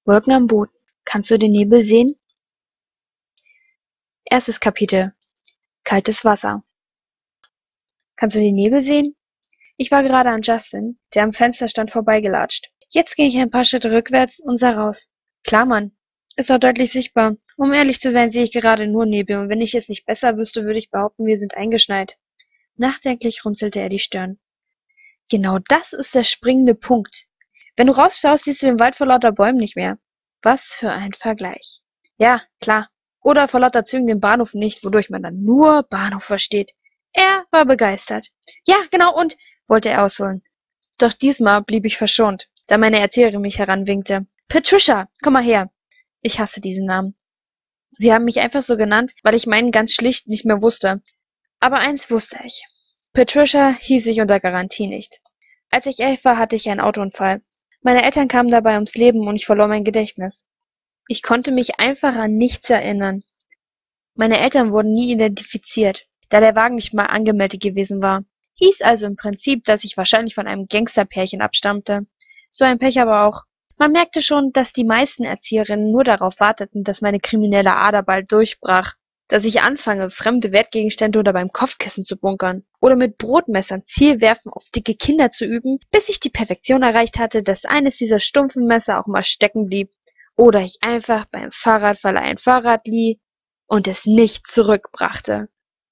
Wolken am Boden. Kannst du den Nebel sehen? Erstes Kapitel. Kaltes Wasser. Kannst du den Nebel sehen? Ich war gerade an Justin, der am Fenster stand, vorbeigelatscht. Jetzt ging ich ein paar Schritte rückwärts und sah raus. Klar, Mann. Es war deutlich sichtbar. Um ehrlich zu sein, sehe ich gerade nur Nebel, und wenn ich es nicht besser wüsste, würde ich behaupten, wir sind eingeschneit. Nachdenklich runzelte er die Stirn. Genau das ist der springende Punkt. Wenn du rausschaust, siehst du den Wald vor lauter Bäumen nicht mehr. Was für ein Vergleich. Ja, klar. Oder vor lauter Zügen den Bahnhof nicht, wodurch man dann nur Bahnhof versteht. Er war begeistert. Ja, genau, und wollte er ausholen. Doch diesmal blieb ich verschont, da meine Erzählerin mich heranwinkte. Patricia, komm mal her. Ich hasse diesen Namen. Sie haben mich einfach so genannt, weil ich meinen ganz schlicht nicht mehr wusste. Aber eins wusste ich. Patricia hieß ich unter Garantie nicht. Als ich 11 war, hatte ich einen Autounfall. Meine Eltern kamen dabei ums Leben und ich verlor mein Gedächtnis. Ich konnte mich einfach an nichts erinnern. Meine Eltern wurden nie identifiziert, da der Wagen nicht mal angemeldet gewesen war. Hieß also im Prinzip, dass ich wahrscheinlich von einem Gangsterpärchen abstammte. So ein Pech aber auch. Man merkte schon, dass die meisten Erzieherinnen nur darauf warteten, dass meine kriminelle Ader bald durchbrach, dass ich anfange, fremde Wertgegenstände unter meinem Kopfkissen zu bunkern oder mit Brotmessern Zielwerfen auf dicke Kinder zu üben, bis ich die Perfektion erreicht hatte, dass eines dieser stumpfen Messer auch mal stecken blieb oder ich einfach beim Fahrradverleih ein Fahrrad lieh und es nicht zurückbrachte.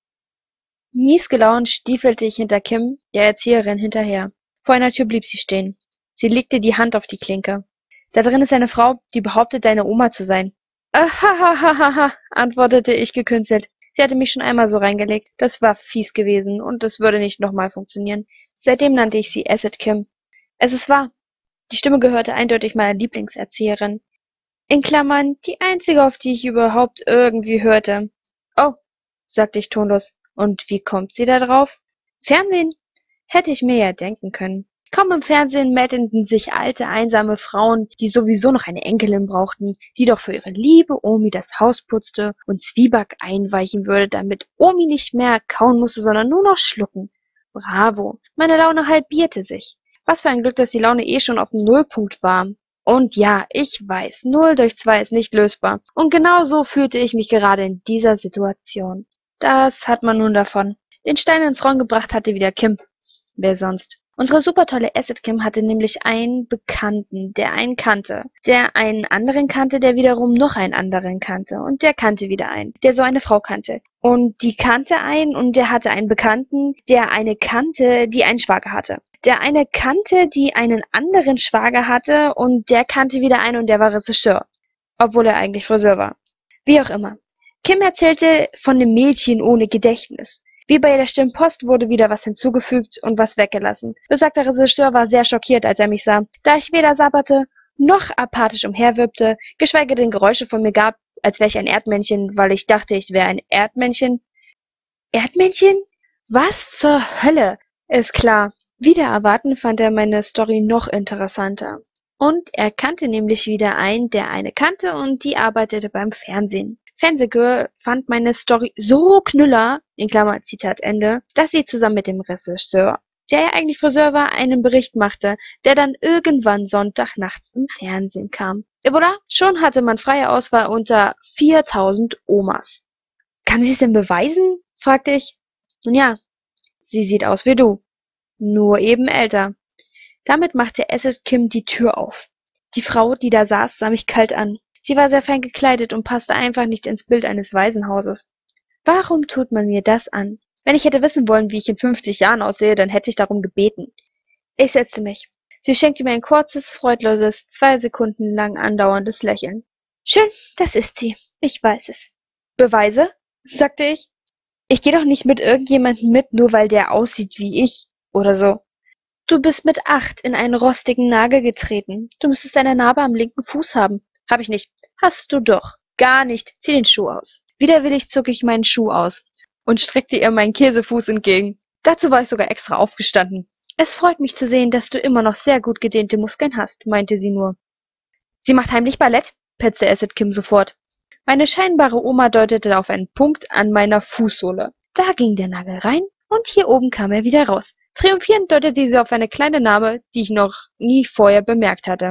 Mies gelaunt stiefelte ich hinter Kim, der Erzieherin, hinterher. Vor einer Tür blieb sie stehen. Sie legte die Hand auf die Klinke. Da drin ist eine Frau, die behauptet, deine Oma zu sein. Ahahahaha, antwortete ich gekünstelt. Sie hatte mich schon einmal so reingelegt. Das war fies gewesen und es würde nicht nochmal funktionieren. Seitdem nannte ich sie Acid Kim. Es ist wahr. Die Stimme gehörte eindeutig meiner Lieblingserzieherin. In Klammern die einzige, auf die ich überhaupt irgendwie hörte. Oh, sagte ich tonlos. Und wie kommt sie da drauf? Fernsehen? Hätte ich mir ja denken können. Kaum im Fernsehen meldeten sich alte, einsame Frauen, die sowieso noch eine Enkelin brauchten, die doch für ihre liebe Omi das Haus putzte und Zwieback einweichen würde, damit Omi nicht mehr kauen musste, sondern nur noch schlucken. Bravo, meine Laune halbierte sich. Was für ein Glück, dass die Laune eh schon auf dem Nullpunkt war. Und ja, ich weiß, 0 durch 2 ist nicht lösbar. Und genau so fühlte ich mich gerade in dieser Situation. Das hat man nun davon. Den Stein ins Rollen gebracht hatte wieder Kim. Wer sonst? Unsere supertolle Acid Kim hatte nämlich einen Bekannten, der einen kannte, der einen anderen kannte, der wiederum noch einen anderen kannte, und der kannte wieder einen, der so eine Frau kannte. Und die kannte einen, und der hatte einen Bekannten, der eine kannte, die einen Schwager hatte. Der eine kannte, die einen anderen Schwager hatte, und der kannte wieder einen, und der war Regisseur, obwohl er eigentlich Friseur war. Wie auch immer. Kim erzählte von dem Mädchen ohne Gedächtnis. Wie bei der Stimmpost wurde wieder was hinzugefügt und was weggelassen. Besagter Regisseur war sehr schockiert, als er mich sah, da ich weder sabberte noch apathisch umherwirbte, geschweige denn Geräusche von mir gab, als wäre ich ein Erdmännchen, weil ich dachte, ich wäre ein Erdmännchen. Erdmännchen? Was zur Hölle? Ist klar. Wider Erwarten fand er meine Story noch interessanter. Und er kannte nämlich wieder einen, der eine kannte, und die arbeitete beim Fernsehen. Fernsehgirl fand meine Story so knüller, in Klammer Zitat Ende, dass sie zusammen mit dem Regisseur, der ja eigentlich Friseur war, einen Bericht machte, der dann irgendwann Sonntagnachts im Fernsehen kam. Oder? Schon hatte man freie Auswahl unter 4000 Omas. Kann sie es denn beweisen? Fragte ich. Nun ja, sie sieht aus wie du, nur eben älter. Damit machte Acid Kim die Tür auf. Die Frau, die da saß, sah mich kalt an. Sie war sehr fein gekleidet und passte einfach nicht ins Bild eines Waisenhauses. Warum tut man mir das an? Wenn ich hätte wissen wollen, wie ich in 50 Jahren aussehe, dann hätte ich darum gebeten. Ich setzte mich. Sie schenkte mir ein kurzes, freudloses, 2 Sekunden lang andauerndes Lächeln. Schön, das ist sie. Ich weiß es. Beweise? Sagte ich. Ich gehe doch nicht mit irgendjemandem mit, nur weil der aussieht wie ich oder so. Du bist mit 8 in einen rostigen Nagel getreten. Du müsstest eine Narbe am linken Fuß haben. Hab ich nicht. Hast du doch. Gar nicht. Zieh den Schuh aus. Widerwillig zog ich meinen Schuh aus und streckte ihr meinen Käsefuß entgegen. Dazu war ich sogar extra aufgestanden. Es freut mich zu sehen, dass du immer noch sehr gut gedehnte Muskeln hast, meinte sie nur. Sie macht heimlich Ballett, petzte Acid Kim sofort. Meine scheinbare Oma deutete auf einen Punkt an meiner Fußsohle. Da ging der Nagel rein und hier oben kam er wieder raus. Triumphierend deutete sie auf eine kleine Narbe, die ich noch nie vorher bemerkt hatte.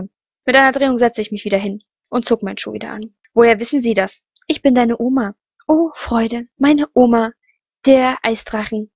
Mit einer Drehung setzte ich mich wieder hin und zog meinen Schuh wieder an. Woher wissen Sie das? Ich bin deine Oma. Oh, Freude, meine Oma, der Eisdrachen.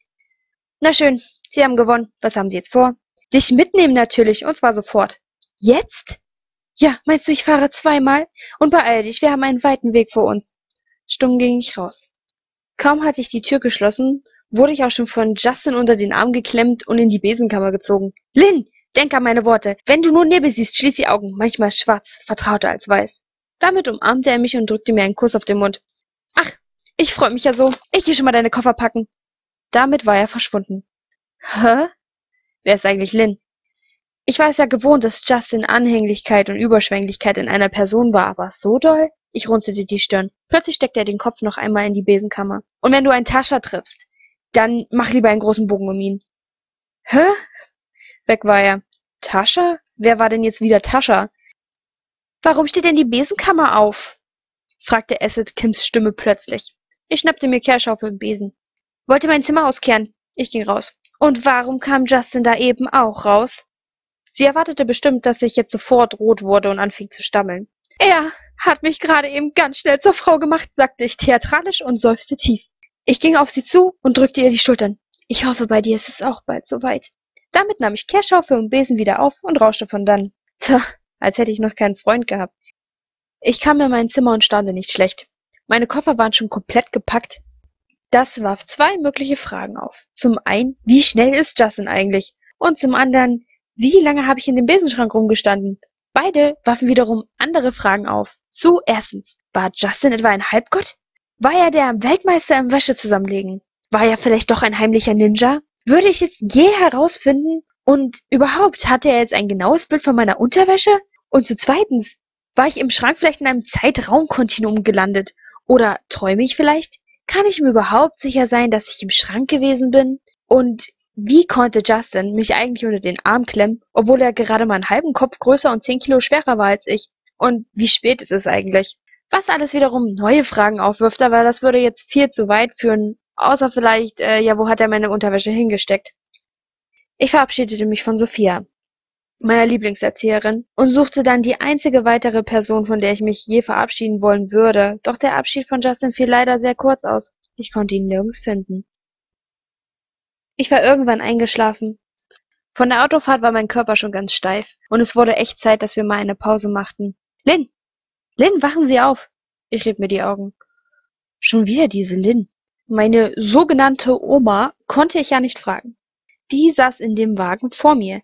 Na schön, Sie haben gewonnen. Was haben Sie jetzt vor? Dich mitnehmen natürlich, und zwar sofort. Jetzt? Ja, meinst du, ich fahre zweimal? Und beeil dich, wir haben einen weiten Weg vor uns. Stumm ging ich raus. Kaum hatte ich die Tür geschlossen, wurde ich auch schon von Justin unter den Arm geklemmt und in die Besenkammer gezogen. Lynn, denk an meine Worte. Wenn du nur Nebel siehst, schließ die Augen. Manchmal ist schwarz, vertrauter als weiß. Damit umarmte er mich und drückte mir einen Kuss auf den Mund. Ach, ich freue mich ja so. Ich geh schon mal deine Koffer packen. Damit war er verschwunden. Hä? Wer ist eigentlich Lynn? Ich war es ja gewohnt, dass Justin Anhänglichkeit und Überschwänglichkeit in einer Person war, aber so doll? Ich runzelte die Stirn. Plötzlich steckte er den Kopf noch einmal in die Besenkammer. Und wenn du einen Tascha triffst, dann mach lieber einen großen Bogen um ihn. Hä? Weg war er. Tascha? Wer war denn jetzt wieder Tascha? Warum steht denn die Besenkammer auf? Fragte Acid Kims Stimme plötzlich. Ich schnappte mir Kehrschaufel und Besen. Wollte mein Zimmer auskehren. Ich ging raus. Und warum kam Justin da eben auch raus? Sie erwartete bestimmt, dass ich jetzt sofort rot wurde und anfing zu stammeln. Er hat mich gerade eben ganz schnell zur Frau gemacht, sagte ich theatralisch und seufzte tief. Ich ging auf sie zu und drückte ihr die Schultern. Ich hoffe, bei dir ist es auch bald soweit. Damit nahm ich Kehrschaufel und Besen wieder auf und rauschte von dann. Tja, als hätte ich noch keinen Freund gehabt. Ich kam in mein Zimmer und staunte nicht schlecht. Meine Koffer waren schon komplett gepackt. Das warf zwei mögliche Fragen auf. Zum einen, wie schnell ist Justin eigentlich? Und zum anderen, wie lange habe ich in dem Besenschrank rumgestanden? Beide warfen wiederum andere Fragen auf. Erstens, war Justin etwa ein Halbgott? War er der Weltmeister im Wäsche zusammenlegen? War er vielleicht doch ein heimlicher Ninja? Würde ich es je herausfinden? Und überhaupt, hatte er jetzt ein genaues Bild von meiner Unterwäsche? Und zweitens, war ich im Schrank vielleicht in einem Zeitraumkontinuum gelandet? Oder träume ich vielleicht? Kann ich mir überhaupt sicher sein, dass ich im Schrank gewesen bin? Und wie konnte Justin mich eigentlich unter den Arm klemmen, obwohl er gerade mal einen halben Kopf größer und 10 Kilo schwerer war als ich? Und wie spät ist es eigentlich? Was alles wiederum neue Fragen aufwirft, aber das würde jetzt viel zu weit führen. Außer vielleicht, ja, wo hat er meine Unterwäsche hingesteckt? Ich verabschiedete mich von Sophia, meiner Lieblingserzieherin, und suchte dann die einzige weitere Person, von der ich mich je verabschieden wollen würde. Doch der Abschied von Justin fiel leider sehr kurz aus. Ich konnte ihn nirgends finden. Ich war irgendwann eingeschlafen. Von der Autofahrt war mein Körper schon ganz steif, und es wurde echt Zeit, dass wir mal eine Pause machten. Lynn! Lynn, wachen Sie auf! Ich rieb mir die Augen. Schon wieder diese Lynn. Meine sogenannte Oma konnte ich ja nicht fragen. Die saß in dem Wagen vor mir.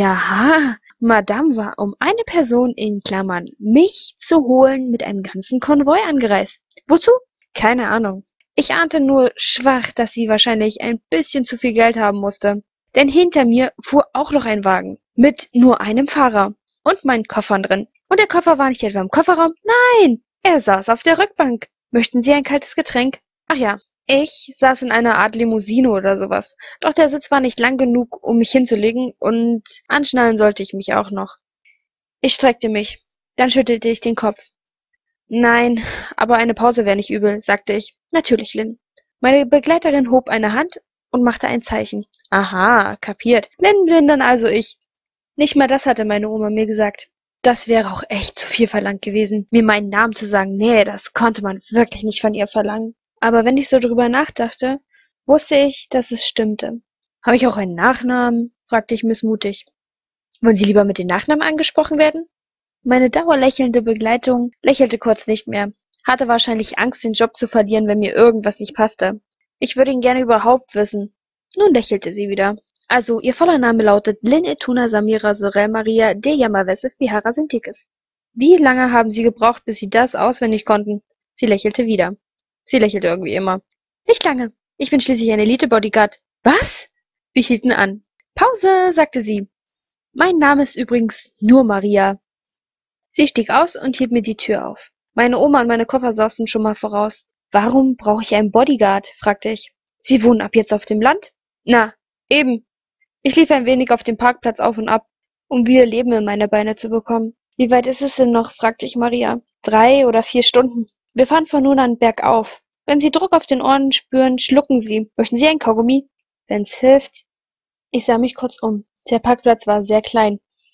Ja, Madame war um eine Person in Klammern mich zu holen mit einem ganzen Konvoi angereist. Wozu? Keine Ahnung. Ich ahnte nur schwach, dass sie wahrscheinlich ein bisschen zu viel Geld haben musste. Denn hinter mir fuhr auch noch ein Wagen mit nur einem Fahrer und meinen Koffern drin. Und der Koffer war nicht etwa im Kofferraum. Nein, er saß auf der Rückbank. Möchten Sie ein kaltes Getränk? Ach ja, ich saß in einer Art Limousine oder sowas. Doch der Sitz war nicht lang genug, um mich hinzulegen, und anschnallen sollte ich mich auch noch. Ich streckte mich. Dann schüttelte ich den Kopf. Nein, aber eine Pause wäre nicht übel, sagte ich. Natürlich, Lynn. Meine Begleiterin hob eine Hand und machte ein Zeichen. Aha, kapiert. Lynn bin dann also ich. Nicht mal das hatte meine Oma mir gesagt. Das wäre auch echt zu viel verlangt gewesen, mir meinen Namen zu sagen. Nee, das konnte man wirklich nicht von ihr verlangen. Aber wenn ich so drüber nachdachte, wusste ich, dass es stimmte. Habe ich auch einen Nachnamen? Fragte ich missmutig. Wollen Sie lieber mit den Nachnamen angesprochen werden? Meine dauerlächelnde Begleitung lächelte kurz nicht mehr, hatte wahrscheinlich Angst, den Job zu verlieren, wenn mir irgendwas nicht passte. Ich würde ihn gerne überhaupt wissen. Nun lächelte sie wieder. Also, Ihr voller Name lautet Lynn Etuna Samira Sorel Maria de Yamavesef Bihara Sintikis. Wie lange haben Sie gebraucht, bis Sie das auswendig konnten? Sie lächelte wieder. Sie lächelte irgendwie immer. Nicht lange. Ich bin schließlich ein Elite-Bodyguard. Was? Wir hielten an. Pause, sagte sie. Mein Name ist übrigens nur Maria. Sie stieg aus und hielt mir die Tür auf. Meine Oma und meine Koffer saßen schon mal voraus. Warum brauche ich einen Bodyguard? Fragte ich. Sie wohnen ab jetzt auf dem Land? Na, eben. Ich lief ein wenig auf dem Parkplatz auf und ab, um wieder Leben in meine Beine zu bekommen. Wie weit ist es denn noch? Fragte ich Maria. 3 oder 4 Stunden. Wir fahren von nun an bergauf. Wenn Sie Druck auf den Ohren spüren, schlucken Sie. Möchten Sie ein Kaugummi? Wenn's hilft. Ich sah mich kurz um. Der Parkplatz war sehr klein.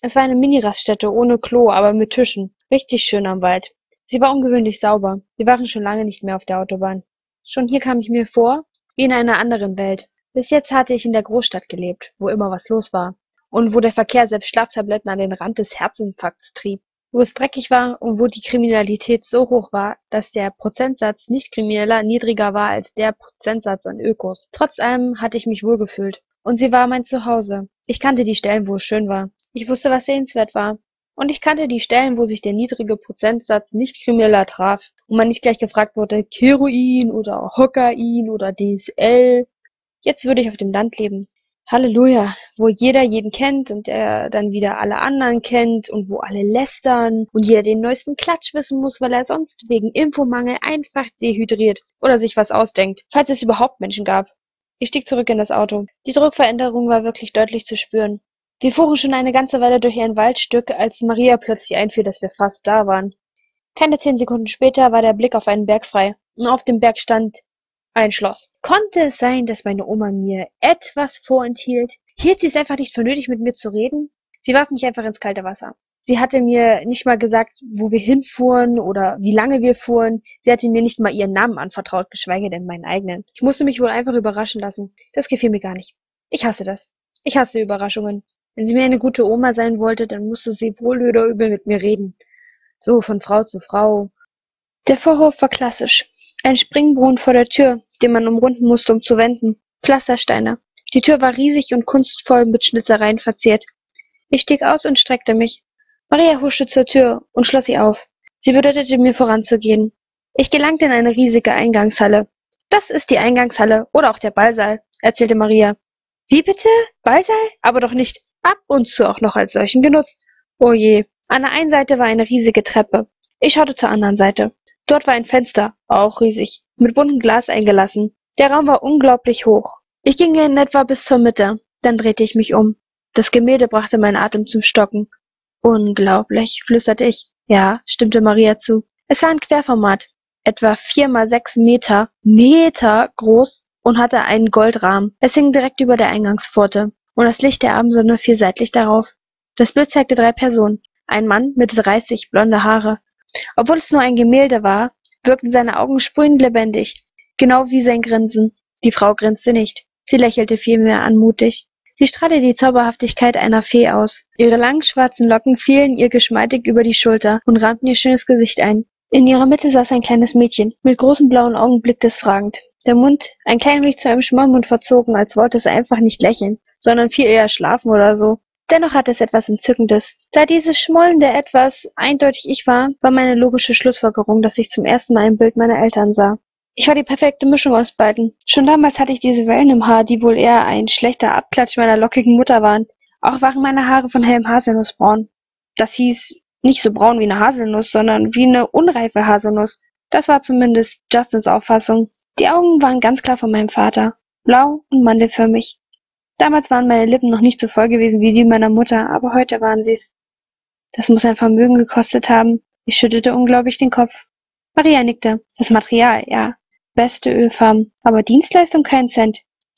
Es war eine Mini-Raststätte ohne Klo, aber mit Tischen. Richtig schön am Wald. Sie war ungewöhnlich sauber. Wir waren schon lange nicht mehr auf der Autobahn. Schon hier kam ich mir vor, wie in einer anderen Welt. Bis jetzt hatte ich in der Großstadt gelebt, wo immer was los war. Und wo der Verkehr selbst Schlaftabletten an den Rand des Herzinfarkts trieb. Wo es dreckig war und wo die Kriminalität so hoch war, dass der Prozentsatz Nichtkrimineller niedriger war als der Prozentsatz an Ökos. Trotz allem hatte ich mich wohlgefühlt. Und sie war mein Zuhause. Ich kannte die Stellen, wo es schön war. Ich wusste, was sehenswert war. Und ich kannte die Stellen, wo sich der niedrige Prozentsatz Nichtkrimineller traf. Und man nicht gleich gefragt wurde, Heroin oder Kokain oder DSL. Jetzt würde ich auf dem Land leben. Halleluja, wo jeder jeden kennt und er dann wieder alle anderen kennt und wo alle lästern und jeder den neuesten Klatsch wissen muss, weil er sonst wegen Infomangel einfach dehydriert oder sich was ausdenkt, falls es überhaupt Menschen gab. Ich stieg zurück in das Auto. Die Druckveränderung war wirklich deutlich zu spüren. Wir fuhren schon eine ganze Weile durch ein Waldstück, als Maria plötzlich einfiel, dass wir fast da waren. Keine 10 Sekunden später war der Blick auf einen Berg frei und auf dem Berg stand ein Schloss. Konnte es sein, dass meine Oma mir etwas vorenthielt? Hielt sie es einfach nicht für nötig, mit mir zu reden? Sie warf mich einfach ins kalte Wasser. Sie hatte mir nicht mal gesagt, wo wir hinfuhren oder wie lange wir fuhren. Sie hatte mir nicht mal ihren Namen anvertraut, geschweige denn meinen eigenen. Ich musste mich wohl einfach überraschen lassen. Das gefiel mir gar nicht. Ich hasse das. Ich hasse Überraschungen. Wenn sie mir eine gute Oma sein wollte, dann musste sie wohl oder übel mit mir reden. So von Frau zu Frau. Der Vorhof war klassisch. Ein Springbrunnen vor der Tür, den man umrunden musste, um zu wenden. Pflastersteine. Die Tür war riesig und kunstvoll mit Schnitzereien verziert. Ich stieg aus und streckte mich. Maria huschte zur Tür und schloss sie auf. Sie bedeutete mir voranzugehen. Ich gelangte in eine riesige Eingangshalle. Das ist die Eingangshalle oder auch der Ballsaal, erzählte Maria. Wie bitte? Ballsaal? Aber doch nicht ab und zu auch noch als solchen genutzt. Oh je. An der einen Seite war eine riesige Treppe. Ich schaute zur anderen Seite. Dort war ein Fenster, auch riesig, mit buntem Glas eingelassen. Der Raum war unglaublich hoch. Ich ging in etwa bis zur Mitte, dann drehte ich mich um. Das Gemälde brachte meinen Atem zum Stocken. Unglaublich, flüsterte ich. Ja, stimmte Maria zu. Es war ein Querformat, etwa 4 mal 6 Meter groß und hatte einen Goldrahmen. Es hing direkt über der Eingangspforte und das Licht der Abendsonne fiel seitlich darauf. Das Bild zeigte 3 Personen. Ein Mann, Mitte 30, blonde Haare. Obwohl es nur ein Gemälde war, wirkten seine Augen sprühend lebendig, genau wie sein Grinsen. Die Frau grinste nicht. Sie lächelte vielmehr anmutig. Sie strahlte die Zauberhaftigkeit einer Fee aus. Ihre langen schwarzen Locken fielen ihr geschmeidig über die Schulter und rahmten ihr schönes Gesicht ein. In ihrer Mitte saß ein kleines Mädchen. Mit großen blauen Augen blickte es fragend. Der Mund ein klein wenig zu einem Schmollmund verzogen, als wollte es einfach nicht lächeln, sondern viel eher schlafen oder so. Dennoch hatte es etwas Entzückendes. Da dieses schmollende Etwas eindeutig ich war, war meine logische Schlussfolgerung, dass ich zum ersten Mal ein Bild meiner Eltern sah. Ich war die perfekte Mischung aus beiden. Schon damals hatte ich diese Wellen im Haar, die wohl eher ein schlechter Abklatsch meiner lockigen Mutter waren. Auch waren meine Haare von hellem Haselnussbraun. Das hieß nicht so braun wie eine Haselnuss, sondern wie eine unreife Haselnuss. Das war zumindest Justins Auffassung. Die Augen waren ganz klar von meinem Vater. Blau und mandelförmig. Damals waren meine Lippen noch nicht so voll gewesen wie die meiner Mutter, aber heute waren sie's. Das muss ein Vermögen gekostet haben. Ich schüttelte ungläubig den Kopf. Maria nickte. Das Material, ja. Beste Ölfarben, aber Dienstleistung keinen Cent.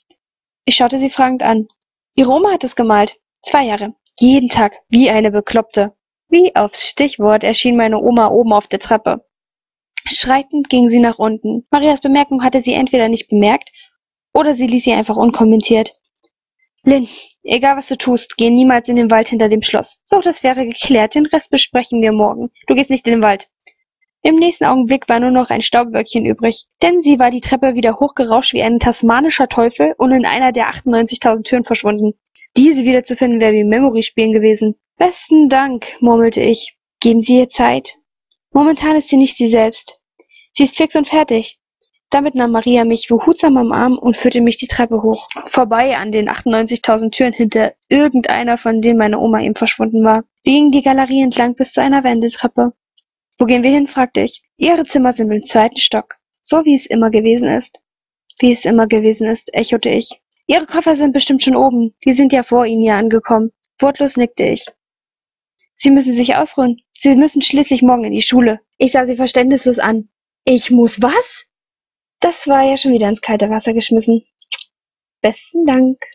Ich schaute sie fragend an. Ihre Oma hat es gemalt. 2 Jahre. Jeden Tag. Wie eine Bekloppte. Wie aufs Stichwort erschien meine Oma oben auf der Treppe. Schreitend ging sie nach unten. Marias Bemerkung hatte sie entweder nicht bemerkt, oder sie ließ sie einfach unkommentiert. Lynn, egal was du tust, geh niemals in den Wald hinter dem Schloss. So, das wäre geklärt, den Rest besprechen wir morgen. Du gehst nicht in den Wald. Im nächsten Augenblick war nur noch ein Staubwölkchen übrig, denn sie war die Treppe wieder hochgerauscht wie ein tasmanischer Teufel und in einer der 98.000 Türen verschwunden. Diese wiederzufinden wäre wie Memory-Spielen gewesen. Besten Dank, murmelte ich. Geben Sie ihr Zeit. Momentan ist sie nicht sie selbst. Sie ist fix und fertig. Damit nahm Maria mich behutsam am Arm und führte mich die Treppe hoch, vorbei an den 98.000 Türen hinter irgendeiner, von denen meine Oma eben verschwunden war. Wir gingen die Galerie entlang bis zu einer Wendeltreppe. Wo gehen wir hin? Fragte ich. Ihre Zimmer sind im 2. Stock, so wie es immer gewesen ist. Wie es immer gewesen ist, echote ich. Ihre Koffer sind bestimmt schon oben, die sind ja vor Ihnen hier angekommen. Wortlos nickte ich. Sie müssen sich ausruhen. Sie müssen schließlich morgen in die Schule. Ich sah sie verständnislos an. Ich muss was? Das war ja schon wieder ins kalte Wasser geschmissen. Besten Dank.